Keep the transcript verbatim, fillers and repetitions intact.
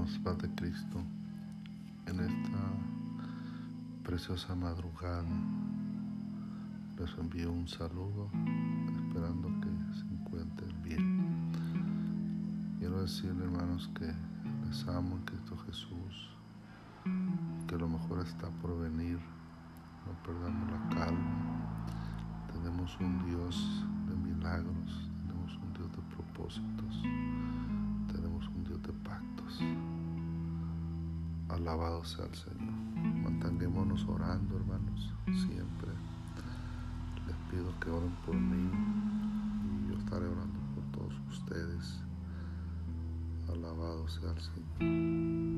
hermanos, paz de Cristo. En esta preciosa madrugada les envío un saludo, esperando que se encuentren bien. Quiero decirles, hermanos, que les amo en Cristo Jesús, que lo mejor está por venir. No perdamos la calma. Tenemos un Dios de milagros, tenemos un Dios de propósitos, tenemos un Dios de pactos. Alabado sea el Señor. Mantengámonos orando, hermanos, siempre. Les pido que oren por mí y yo estaré orando por todos ustedes. Alabado sea el Señor.